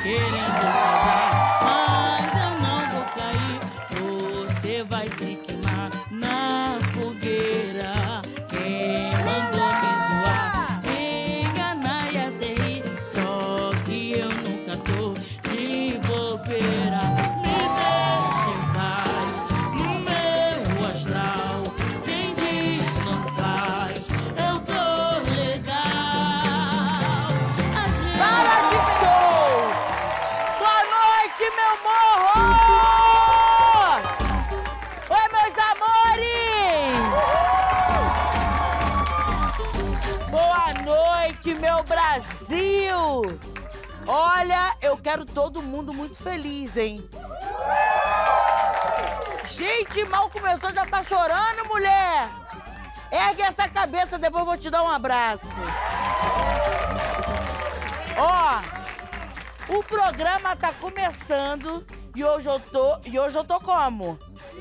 querendo casar, mas eu não vou cair. Você vai se queimar na fogueira. Quem mandou me zoar, enganar e até rir, só que eu nunca tô de bobeira. Me deixa em paz no meu astral. Quem diz não faz, eu tô legal. Para de show! Boa noite, meu morro! Oi, meus amores! Boa noite, meu Brasil! Olha, eu quero todo mundo muito feliz, hein? Gente, mal começou, já tá chorando, mulher! Ergue essa cabeça, depois eu vou te dar um abraço. Ó, o programa tá começando e hoje eu tô como?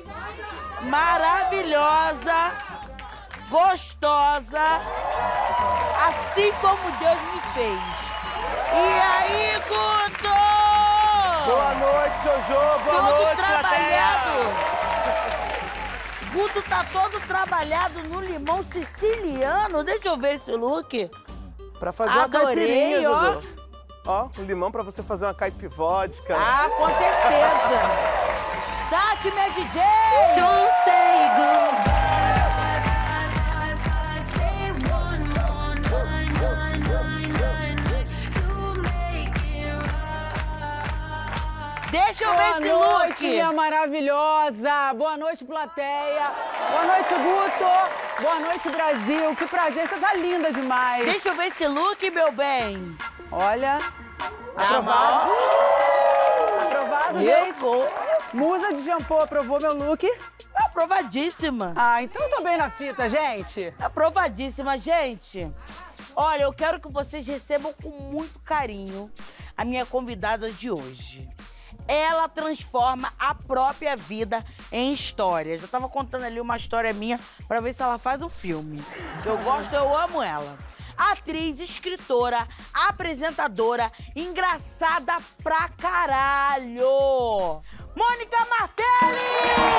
Maravilhosa, gostosa, assim como Deus me fez. E aí, Guto? Boa noite, Jojo. Boa Todo noite, trabalhado. plateia. Guto tá todo trabalhado no limão siciliano. Deixa eu ver esse look. Pra fazer uma Adorei, caipirinha, ó. Jojo. Ó, um limão pra você fazer uma caipivódica. Ah, com certeza. Tati, minha DJ! Don't say goodbye. Deixa eu ver esse Boa noite, look. minha maravilhosa! Boa noite, plateia! Boa noite, Guto! Boa noite, Brasil! Que prazer, você tá linda demais! Deixa eu ver esse look, meu bem. Olha, Tá aprovado! bom? Aprovado, Eu gente! vou. Musa de Jampô aprovou meu look? Aprovadíssima. Ah, então eu tô bem na fita, gente! Aprovadíssima, gente. Olha, eu quero que vocês recebam com muito carinho a minha convidada de hoje. Ela transforma a própria vida em história. Já tava contando ali uma história minha pra ver se ela faz um filme. Eu gosto, eu amo ela. Atriz, escritora, apresentadora, engraçada pra caralho. Mônica Martelli!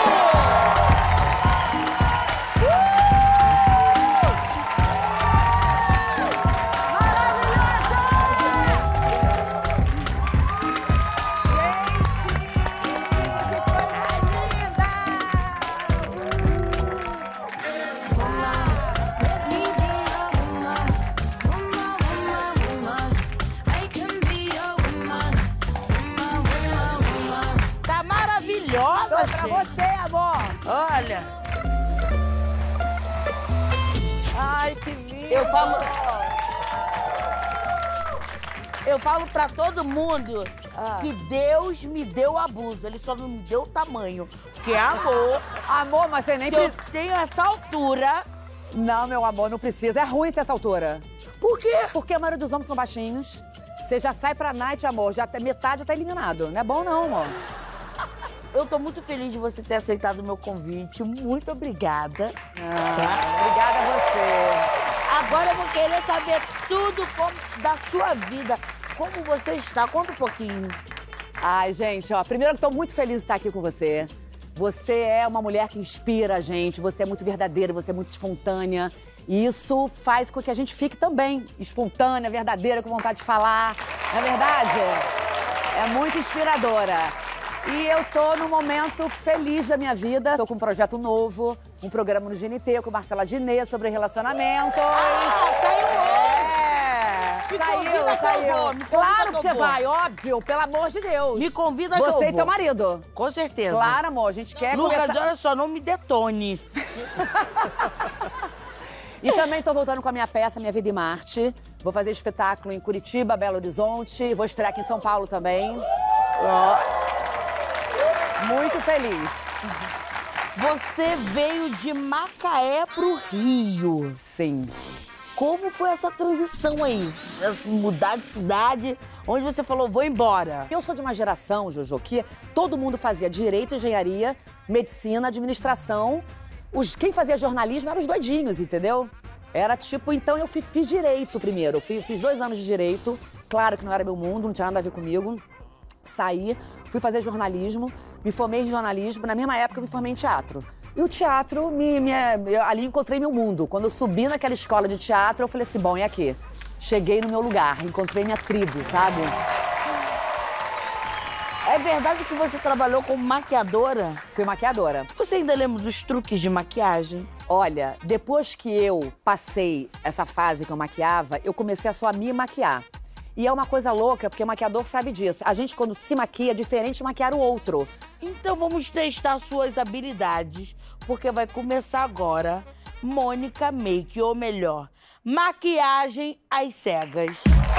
Tá maravilhosa, Pra você, amor! Olha, Ai, que lindo! eu falo pra todo mundo que Deus me deu abuso. Ele só não me deu o tamanho. Porque amor, Amor, mas você nem se eu precisa... tenho essa altura... Não, meu amor, não precisa. É ruim ter essa altura. Por quê? Porque a maioria dos homens são baixinhos. Você já sai pra night, amor, já metade já tá eliminado. Não é bom não, amor. Eu tô muito feliz de você ter aceitado o meu convite. Muito obrigada. Obrigada a você. Agora eu vou querer saber tudo da sua vida. Como você está? Conta um pouquinho. Ai, gente, ó, primeiro eu tô muito feliz de estar aqui com você. Você é uma mulher que inspira a gente, você é muito verdadeira, você é muito espontânea. E isso faz com que a gente fique também espontânea, verdadeira, com vontade de falar. Não é verdade? É muito inspiradora. E eu tô num momento feliz da minha vida. Tô com um projeto novo, um programa no GNT com Marcela Diné sobre relacionamentos. Saiu hoje! Me convida que eu vou, me convida Claro que que eu você vou. vai, óbvio, pelo amor de Deus. Me convida que eu vou. Você e teu marido. Com certeza. Claro, amor, a gente quer Lucas, conversar. olha só, não me detone. E também tô voltando com a minha peça, Minha Vida em Marte. Vou fazer espetáculo em Curitiba, Belo Horizonte. Vou estrear aqui em São Paulo também. Ó. Muito feliz. Você veio de Macaé pro Rio. Sim. Como foi essa transição aí? Mudar de cidade, onde você falou, vou embora. Eu sou de uma geração, Jojo, que todo mundo fazia direito, engenharia, medicina, administração. Quem fazia jornalismo eram os doidinhos, entendeu? Era tipo, então eu fiz direito primeiro. Fiz 2 anos de direito. Claro que não era meu mundo, não tinha nada a ver comigo. saí, fui fazer jornalismo, me formei em jornalismo, na mesma época eu me formei em teatro. E o teatro, eu ali encontrei meu mundo. Quando eu subi naquela escola de teatro, eu falei assim, bom, e aqui? Cheguei no meu lugar, encontrei minha tribo, sabe? É verdade que você trabalhou como maquiadora? Fui maquiadora. Você ainda lembra dos truques de maquiagem? Olha, depois que eu passei essa fase que eu maquiava, eu comecei a só me maquiar. E é uma coisa louca, porque o maquiador sabe disso. A gente, quando se maquia, é diferente de maquiar o outro. Então vamos testar suas habilidades, porque vai começar agora Mônica Make, ou melhor, maquiagem às cegas.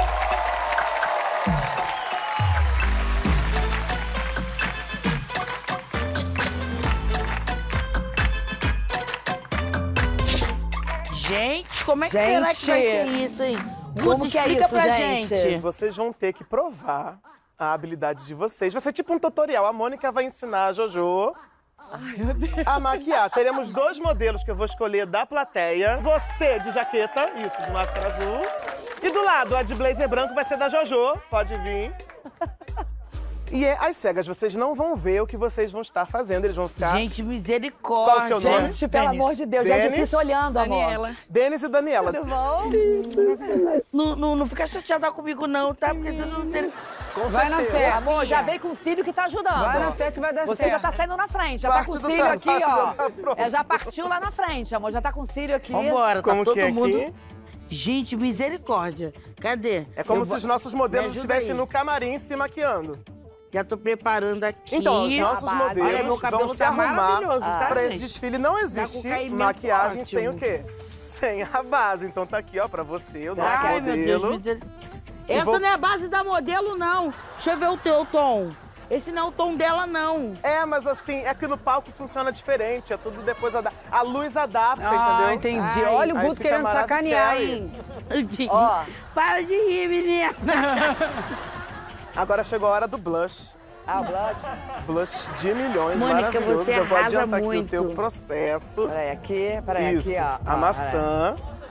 Gente, como é que será que vai ser isso, hein? Como que é explica isso, pra gente? Vocês vão ter que provar a habilidade de vocês. Vai ser tipo um tutorial. A Mônica vai ensinar a Jojo a maquiar. Teremos 2 modelos que eu vou escolher da plateia. Você de jaqueta, isso, de máscara azul. E do lado, a de blazer branco vai ser da Jojo. Pode vir. E as cegas, vocês não vão ver o que vocês vão estar fazendo. Eles vão ficar... Gente, misericórdia. Qual o seu nome? Gente, pelo amor de Deus, já é Denis? difícil olhando, amor. Daniela. Denis e Daniela. Tudo bom? Não fica chateada comigo não, tá? Porque tu não tem... Com Vai na certeza. fé. Amor, já veio com o cílio que tá ajudando. Vai na fé que vai dar Você certo. já tá saindo na frente, já Parte tá com o do cílio aqui, trabalho, ó. já tá pronto. Já partiu lá na frente, amor, já tá com o cílio aqui. Vambora, Como tá que todo é mundo... aqui? Gente, misericórdia. Cadê? É como Eu se vou- os nossos Me modelos ajuda estivessem aí. no camarim se maquiando. Já tô preparando aqui. Então, os nossos base. Olha, meu modelos cabelo vão se tá arrumar maravilhoso, tá, pra esse gente? desfile. Não Tá com existe caimento maquiagem ótimo. sem o quê? Sem a base. Então tá aqui, ó, pra você, o nosso Ai, meu Deus. modelo. Essa vou- não é a base da modelo, não. Deixa eu ver o teu tom. Esse não é o tom dela, não. É, mas assim, é que no palco funciona diferente. É tudo depois... A luz adapta, Ah, entendeu? entendi. Ai, Olha o aí Guto fica querendo sacanear, hein? Ó. Para de rir, menina. Agora chegou a hora do blush. Ah, o blush. Blush de milhões, Mônica, maravilhoso. você Já vou arrasa adiantar aqui o muito. teu processo. Peraí, Isso, aqui, ó. a maçã.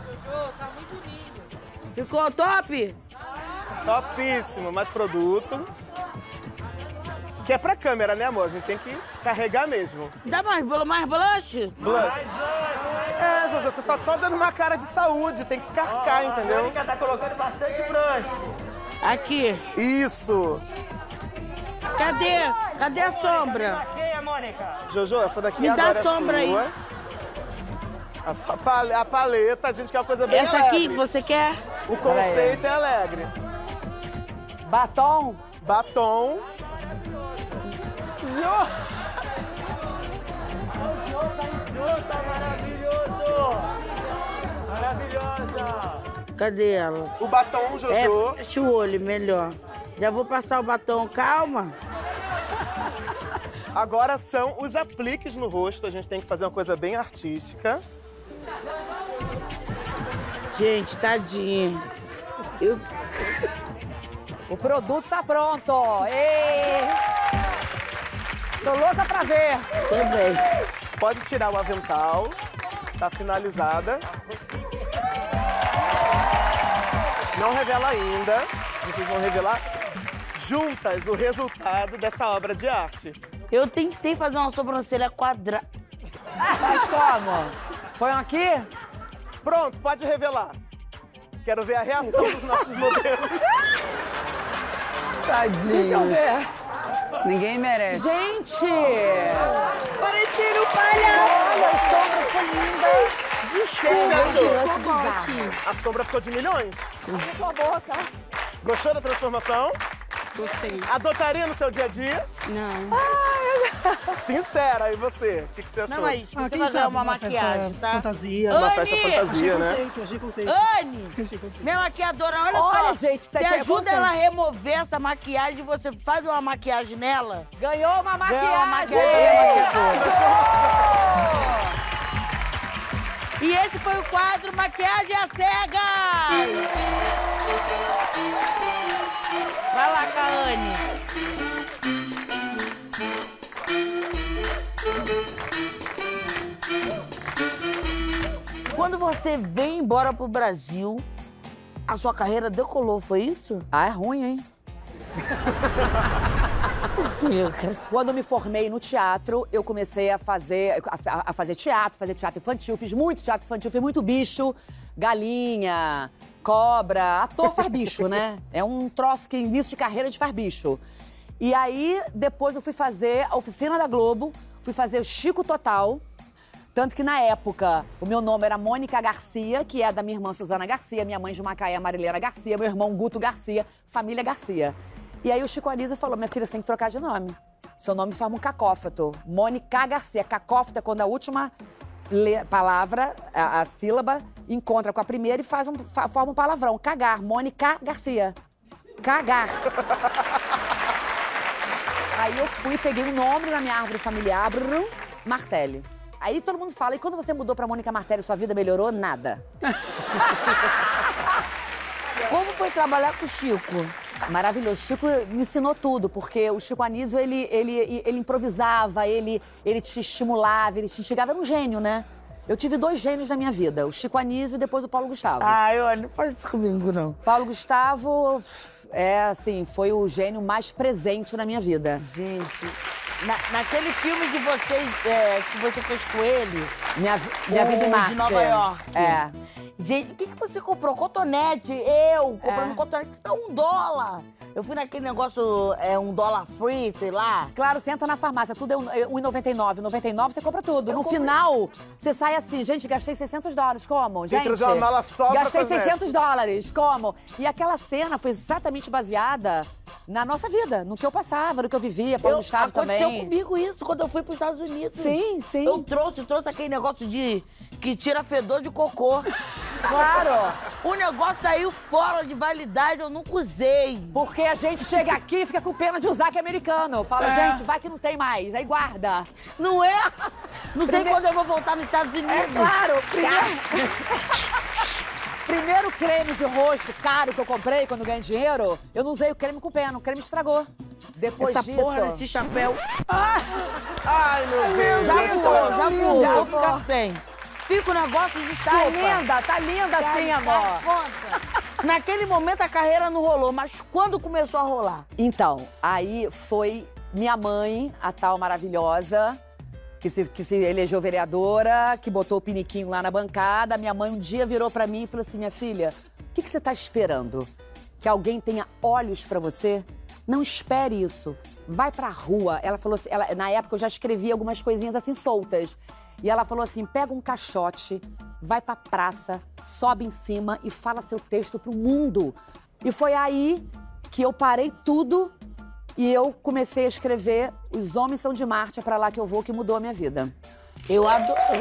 Ficou top? Topíssimo, mais produto. Que é pra câmera, né, amor? A gente tem que carregar mesmo. Dá mais blush? Blush. É, Jojo, você tá só dando uma cara de saúde, tem que carcar, entendeu? Tá colocando bastante blush. Aqui. Isso. Cadê? Cadê a sombra? Cheia, Mônica. Jojo, essa daqui Me dá agora a sombra é sua. aí. A sua a paleta, a gente quer uma coisa bem Essa alegre. aqui que você quer? O conceito é alegre. Batom. Batom. Tá maravilhoso. Maravilhosa. Cadê ela? O batom, Jojo. É, fecha o olho, melhor. Já vou passar o batom, calma. Agora são os apliques no rosto. A gente tem que fazer uma coisa bem artística. Gente, tadinho. Eu... O produto tá pronto. Ê! Tô louca pra ver. Também. Pode tirar o avental. Tá finalizada. Não revela ainda. Vocês vão revelar juntas o resultado dessa obra de arte. Eu tentei fazer uma sobrancelha quadrada. Faz como? Põe aqui? Pronto, pode revelar. Quero ver a reação dos nossos modelos. Tadinho. Deixa eu ver. Ninguém merece. Gente! Parecendo um palhaço. Olha, a sombra ficou linda. O que você achou? Bizarro. A sombra ficou de milhões. Ficou a boca. Gostou da transformação? Gostei. Adotaria no seu dia a dia? Não. Sincera, e você? O que você achou? Não, mas você vai ganhar uma maquiagem, tá? Fantasia. Uma Anne! festa fantasia, né? Achei conceito. Anne, minha maquiadora, olha só. Olha, gente, tá Você aqui, ajuda você. ela a remover essa maquiagem, você faz uma maquiagem nela? Ganhou uma maquiagem. Ganhou uma maquiagem. E esse foi o quadro Maquiagem à Cega! Vai lá, Kaane. Quando você veio embora pro Brasil, a sua carreira decolou, foi isso? Ah, é ruim, hein? Quando eu me formei no teatro, eu comecei a fazer teatro infantil. Fiz muito teatro infantil, fiz muito bicho, galinha, cobra. Ator faz bicho, né? É um troço que início de carreira de faz bicho. E aí, depois eu fui fazer a Oficina da Globo, fui fazer o Chico Total. Tanto que, na época, o meu nome era Mônica Garcia, que é da minha irmã Suzana Garcia, minha mãe de Macaé, Marilena Garcia, meu irmão Guto Garcia, família Garcia. E aí o Chico Anísio falou, minha filha, você tem que trocar de nome. Seu nome forma um cacófato. Mônica Garcia. Cacófato é quando a última palavra, a sílaba, encontra com a primeira e forma um palavrão. Cagar. Mônica Garcia. Cagar. Aí eu fui, peguei um nome na minha árvore familiar, Martelli. Aí todo mundo fala, e quando você mudou pra Mônica Martelli, sua vida melhorou? Nada. Como foi trabalhar com o Chico? Maravilhoso. O Chico me ensinou tudo, porque o Chico Anísio, ele improvisava, ele te estimulava, ele te instigava. Era um gênio, né? Eu tive 2 gênios na minha vida, o Chico Anísio e depois o Paulo Gustavo. Olha, não faz isso comigo, não. Paulo Gustavo, foi o gênio mais presente na minha vida. Gente, naquele filme de vocês, que você fez com ele... Minha Vida em Marte. De Nova York. É. Gente, o que você comprou? Cotonete. Eu comprando cotonete, tá $1. Eu fui naquele negócio, $1 free, sei lá. Claro, você entra na farmácia, tudo é R$1,99. R$1,99 você compra tudo. No final, você sai assim, gente, gastei $600. Como? Gente, trazer uma mala só pra gastei cosmético. $600. Como? E aquela cena foi exatamente baseada na nossa vida, no que eu passava, no que eu vivia. Paulo Gustavo também. Aconteceu comigo isso quando eu fui pros Estados Unidos. Sim, sim. Eu trouxe aquele negócio que tira fedor de cocô. Claro. O negócio saiu fora de validade, eu nunca usei. Porque a gente chega aqui e fica com pena de usar que é americano. Fala, gente, vai que não tem mais. Aí guarda. Não é? Não sei quando eu vou voltar nos Estados Unidos. É claro. Primeiro creme de rosto caro que eu comprei quando ganhei dinheiro, eu não usei o creme com pena. O creme estragou. Depois Essa disso... porra desse chapéu. Ai, meu Deus. Já vou. Vou ficar sem. Fica o negócio de desculpa. Tá linda assim, amor. Naquele momento a carreira não rolou, mas quando começou a rolar? Então, aí foi minha mãe, a tal maravilhosa, que se elegeu vereadora, que botou o piniquinho lá na bancada. Minha mãe um dia virou pra mim e falou assim, minha filha, o que você tá esperando? Que alguém tenha olhos pra você? Não espere isso. Vai pra rua. Ela falou assim, na época eu já escrevia algumas coisinhas assim soltas. E ela falou assim, pega um caixote, vai pra praça, sobe em cima e fala seu texto pro mundo. E foi aí que eu parei tudo e eu comecei a escrever Os Homens São de Marte, é pra lá que eu vou, que mudou a minha vida. Eu adorei.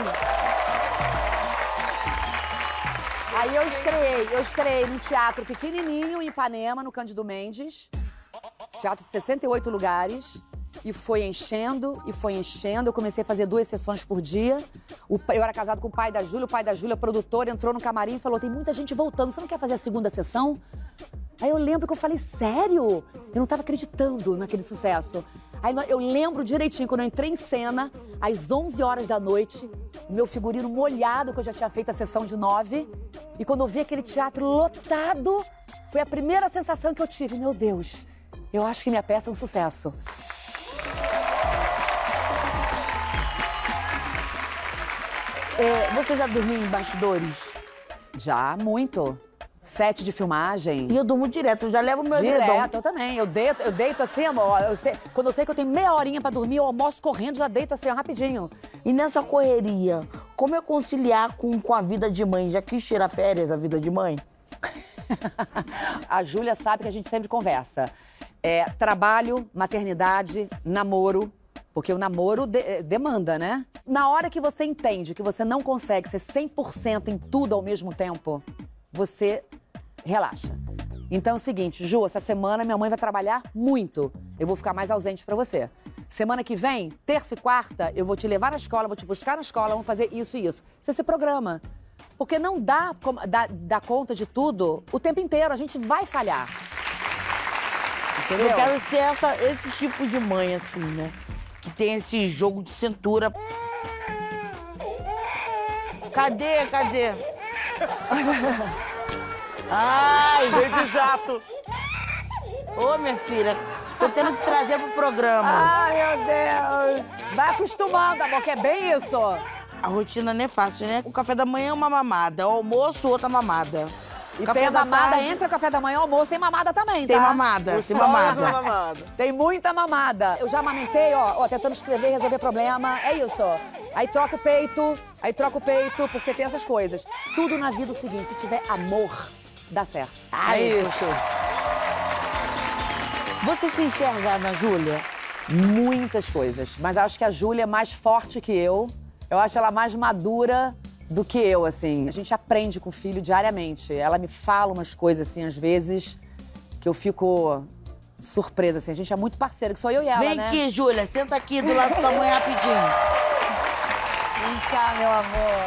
Aí eu estreiei num teatro pequenininho em Ipanema, no Cândido Mendes. Teatro de 68 lugares. E foi enchendo, e foi enchendo. Eu comecei a fazer 2 sessões por dia. Eu era casado com o pai da Júlia, produtor, entrou no camarim e falou, tem muita gente voltando, você não quer fazer a 2ª sessão? Aí eu lembro que eu falei, sério? Eu não tava acreditando naquele sucesso. Aí eu lembro direitinho, quando eu entrei em cena, às 11 horas da noite, meu figurino molhado, que eu já tinha feito a sessão de 9. E quando eu vi aquele teatro lotado, foi a primeira sensação que eu tive. Meu Deus, eu acho que minha peça é um sucesso. Você já dormiu em bastidores? Já, muito. Set de filmagem. E eu durmo direto, eu já levo meu edredom. Direto, eu também. Eu deito assim, amor. Quando eu sei que eu tenho meia horinha pra dormir, eu almoço correndo, já deito assim, ó, rapidinho. E nessa correria, como é conciliar com a vida de mãe? Já quis tirar férias da vida de mãe? A Júlia sabe que a gente sempre conversa. Trabalho, maternidade, namoro. Porque o namoro demanda, né? Na hora que você entende que você não consegue ser 100% em tudo ao mesmo tempo, você relaxa. Então é o seguinte, Ju, essa semana minha mãe vai trabalhar muito. Eu vou ficar mais ausente pra você. Semana que vem, terça e quarta, eu vou te levar na escola, vou te buscar na escola, vamos fazer isso e isso. Você se programa. Porque não dá conta de tudo o tempo inteiro, a gente vai falhar. Entendeu? Eu quero ser esse tipo de mãe, assim, né? Que tem esse jogo de cintura. Cadê? Ai, veio de jato. Ô, minha filha, tô tendo que trazer pro programa. Ai, meu Deus. Vai acostumando, amor, que é bem isso. A rotina não é fácil, né? O café da manhã é uma mamada, o almoço outra mamada. E Café tem a da mamada tarde- entre o café da manhã e o almoço, tem mamada também, Tem tá? mamada, tem Gostosa mamada. mamada. Tem muita mamada. Eu já amamentei, ó, tentando escrever, resolver problema. É isso, ó. Aí troca o peito, porque tem essas coisas. Tudo na vida é o seguinte, se tiver amor, dá certo. Ah, é isso. Você se enxerga na Júlia? Muitas coisas. Mas acho que a Júlia é mais forte que eu. Eu acho ela mais madura do que eu, assim. A gente aprende com o filho diariamente. Ela me fala umas coisas, assim, às vezes, que eu fico surpresa, assim. A gente é muito parceira, que sou eu e ela, Vem né? aqui, Júlia, senta aqui do lado da sua mãe rapidinho. Vem cá, meu amor.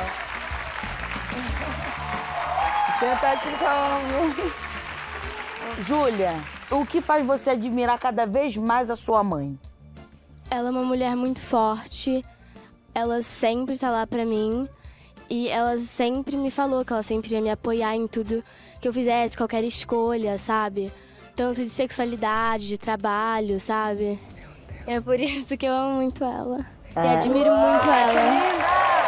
Senta aqui, calma. Júlia, o que faz você admirar cada vez mais a sua mãe? Ela é uma mulher muito forte, ela sempre tá lá pra mim e ela sempre me falou que ela sempre ia me apoiar em tudo que eu fizesse, qualquer escolha, sabe? Tanto de sexualidade, de trabalho, sabe? É por isso que eu amo muito ela e admiro muito ela.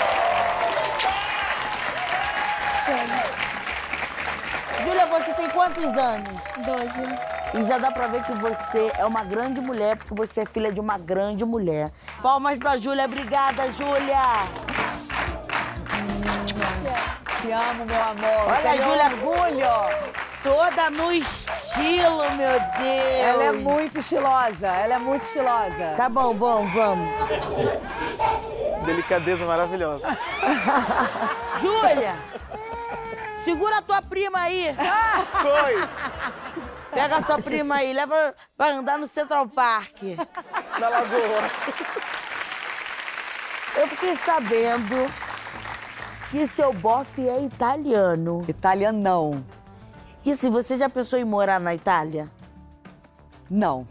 Júlia, você tem quantos anos? 12. E já dá pra ver que você é uma grande mulher, porque você é filha de uma grande mulher. Palmas pra Júlia. Obrigada, Júlia. Te amo, meu amor. Olha a Tenho Júlia. orgulho. Toda no estilo, meu Deus. Ela é muito estilosa, ela é muito estilosa. Tá bom, vamos. Delicadeza maravilhosa. Júlia, segura a tua prima aí. Foi! Pega a sua prima aí, leva pra andar no Central Park. Na lagoa. Eu fiquei sabendo que seu bofe é italiano. Italianão. E assim, você já pensou em morar na Itália? Não.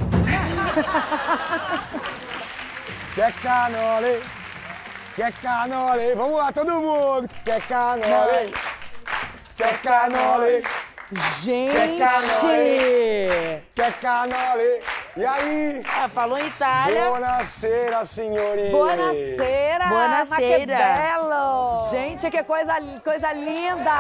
Quer canole? Quer canole? Vamos lá, todo mundo! Quer canole? Quer canole? Gente! Quer canole? E aí? Ah, falou em Itália. Buonasera, signorini! Buonasera! Buonasera. Mas que belo! Gente, que coisa linda!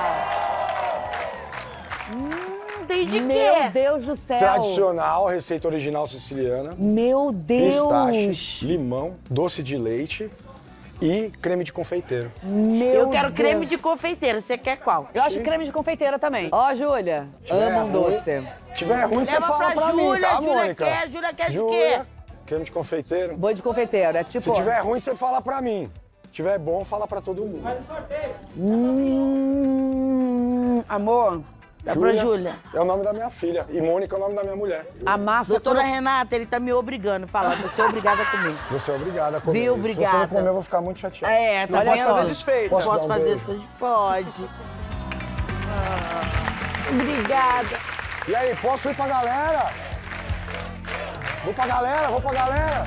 Tem de Meu quê? Deus do céu! Tradicional, receita original siciliana. Meu Deus! Pistache, limão, doce de leite e creme de confeiteiro. Meu Eu quero creme Deus. de confeiteiro. Você quer qual? Eu acho creme de confeiteira também. Ó, Júlia, Tiver amo um ruim, doce. Tiver ruim, você Leva fala pra mim, Júlia, tá, Júlia Mônica? quer, Júlia quer de Júlia, quê? creme de confeiteiro. Boi de confeiteiro, é tipo... Se tiver ruim, você fala pra mim. Se tiver bom, fala pra todo mundo. Amor, Dá pra Júlia. É o nome da minha filha. E Mônica é o nome da minha mulher. a massa... Doutora Renata, ele tá me obrigando a falar. Você é obrigada a comer. Você é obrigada a comer. Viu? Se você Obrigada. não comer, eu vou ficar muito chateado. É, tá Pode vendo? fazer desfeita. Posso Posso dar um fazer beijo? isso? Pode. Obrigada. E aí, posso ir pra galera? Vou pra galera.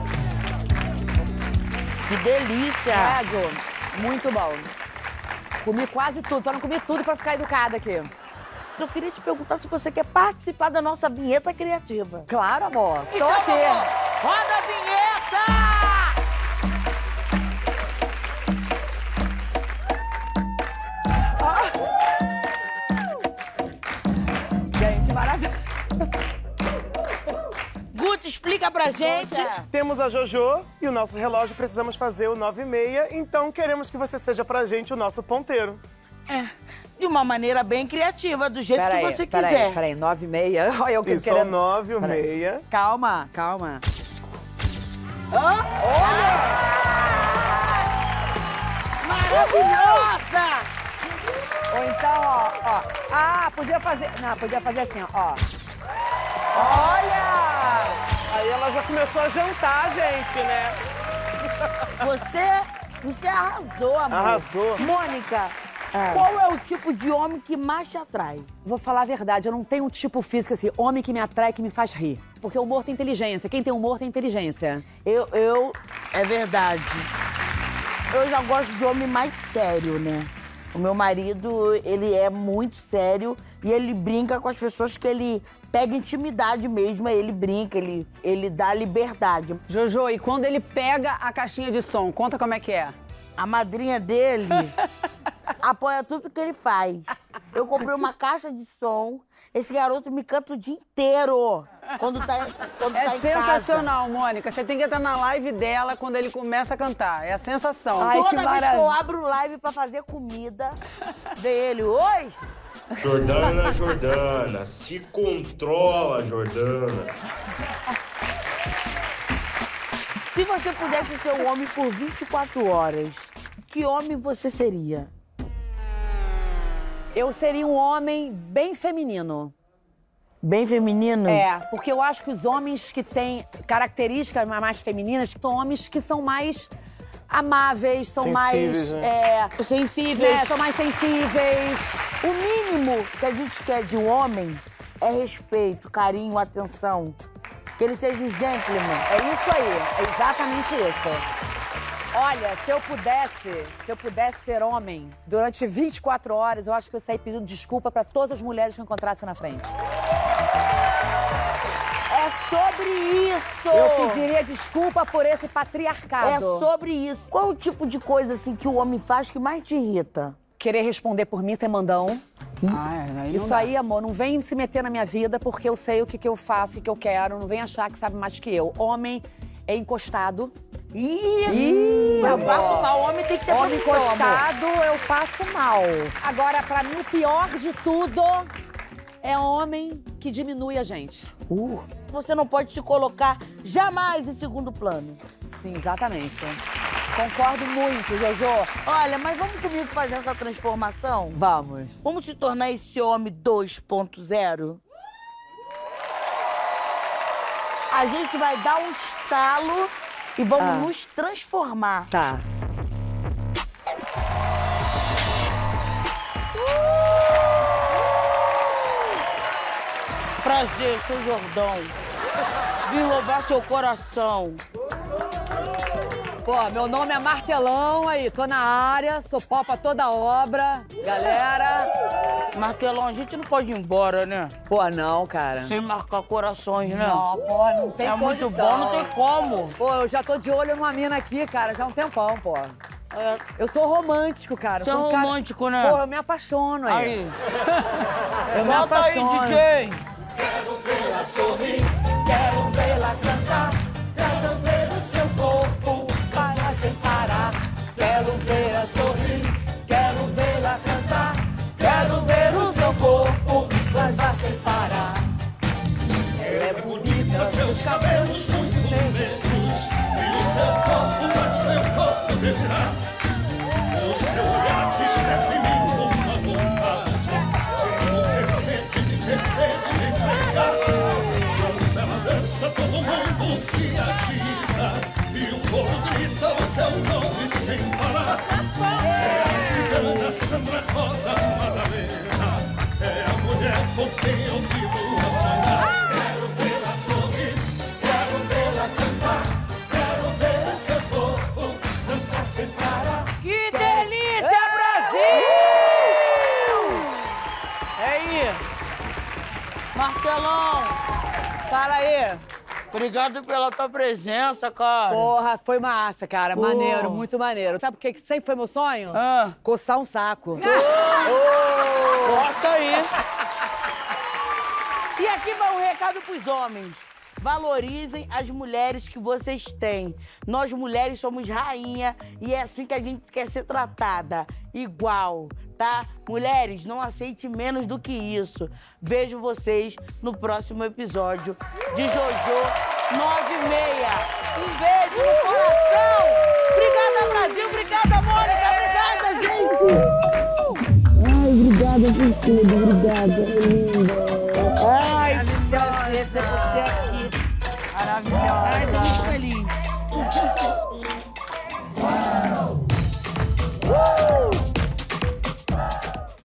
Que delícia. Pego. Muito bom. Comi quase tudo, só não comi tudo pra ficar educada aqui. Eu queria te perguntar se você quer participar da nossa vinheta criativa. Claro, amor. Tô Então, aqui. roda a vinheta! Gente, maravilhoso. Guto, explica pra gente. Temos a Jojo e o nosso relógio precisamos fazer o 9h30, então queremos que você seja pra gente o nosso ponteiro. De uma maneira bem criativa, do jeito que você quiser. Peraí, 9h30. Olha eu Isso, querendo... são 9h30. Calma. Maravilhosa! Ou então, ó. Ah, podia fazer... Não, podia fazer assim, ó. Olha! Aí ela já começou a jantar, gente, né? Você arrasou, amor. Arrasou. Mônica, qual é o tipo de homem que mais te atrai? Vou falar a verdade, eu não tenho um tipo físico assim, homem que me atrai, que me faz rir. Porque o humor tem inteligência. Quem tem humor tem inteligência. É verdade. Eu já gosto de homem mais sério, né? O meu marido, ele é muito sério e ele brinca com as pessoas que ele pega intimidade mesmo, aí ele brinca, ele dá liberdade. Jojo, e quando ele pega a caixinha de som, conta como é que é. A madrinha dele apoia tudo que ele faz. Eu comprei uma caixa de som, esse garoto me canta o dia inteiro quando tá em sensacional, casa. Mônica. Você tem que entrar na live dela quando ele começa a cantar. É a sensação. Ai, toda vez que eu abro live pra fazer comida, vem ele, oi! Jordana, se controla, Jordana. Se você pudesse ser um homem por 24 horas, que homem você seria? Eu seria um homem bem feminino. Bem feminino? É, porque eu acho que os homens que têm características mais femininas são homens que são mais amáveis, são sensíveis, mais... né? Sensíveis. São mais sensíveis. O mínimo que a gente quer de um homem é respeito, carinho, atenção. Que ele seja um gentleman. É isso aí, é exatamente isso. Olha, se eu pudesse ser homem, durante 24 horas, eu acho que eu saí pedindo desculpa pra todas as mulheres que eu encontrasse na frente. É sobre isso! Eu pediria desculpa por esse patriarcado. É sobre isso. Qual o tipo de coisa, assim, que o homem faz que mais te irrita? Querer responder por mim ser mandão. Isso aí, amor, não vem se meter na minha vida porque eu sei o que eu faço, o que eu quero. Não vem achar que sabe mais que eu. Homem é encostado. Eu passo mal. Homem tem que ter homem posição, encostado, amor. eu passo mal. Agora, pra mim, o pior de tudo é homem que diminui a gente. Você não pode se colocar jamais em segundo plano. Sim, exatamente. Concordo muito, Jojo. Olha, mas vamos comigo fazer essa transformação? Vamos. Vamos se tornar esse homem 2.0? A gente vai dar um estalo e vamos nos transformar. Tá. Prazer, sou Jordão. Vim roubar seu coração. Pô, meu nome é Martelão, aí, tô na área, sou pau pra toda obra. Galera... Martelão, a gente não pode ir embora, né? Pô, não, cara. Sem marcar corações, né? Não, pô, não tem É muito condição. bom, não tem como. Pô, eu já tô de olho numa mina aqui, cara, já há um tempão, pô. Eu sou romântico, cara. Você é sou um cara... romântico, né? Pô, eu me apaixono aí. Aí. Eu me Solta aí, apaixono. DJ. Quero vê-la sorrir, quero vê-la cantar, quero ver o seu corpo passar sem parar. Quero vê-la sorrir, quero vê-la cantar, quero ver o seu corpo passar sem parar. Ela é bonita, seus cabelos muito vermelhos e o seu corpo faz meu corpo vibrar. O seu olhar desperta em mim uma vontade de enlouquecer, de me perder, de me entregar. Quando ela dança, todo mundo se agita e o povo grita o seu nome sem parar. É a cigana Sandra Rosa Madalena, é a mulher por quem eu vivo a sonhar. Quero vê-la sorrir, quero vê-la cantar, quero ver o seu corpo dançar sem parar. Que delícia, Brasil! É aí. Martelão, Fala aí. obrigado pela tua presença, cara. Porra, foi massa, cara. Maneiro, muito maneiro. Sabe o que sempre foi meu sonho? Coçar um saco. Nossa aí. E aqui vai um recado pros homens. Valorizem as mulheres que vocês têm. Nós mulheres somos rainha e é assim que a gente quer ser tratada. Igual, tá? Mulheres, não aceite menos do que isso. Vejo vocês no próximo episódio de Jojo 96. Um beijo no coração. Obrigada, Brasil. Obrigada, Mônica. Obrigada, gente. Ai, obrigada por tudo. Obrigada, linda. Ai, que prazer ter você aqui. Maravilhosa. Ai, tô muito feliz.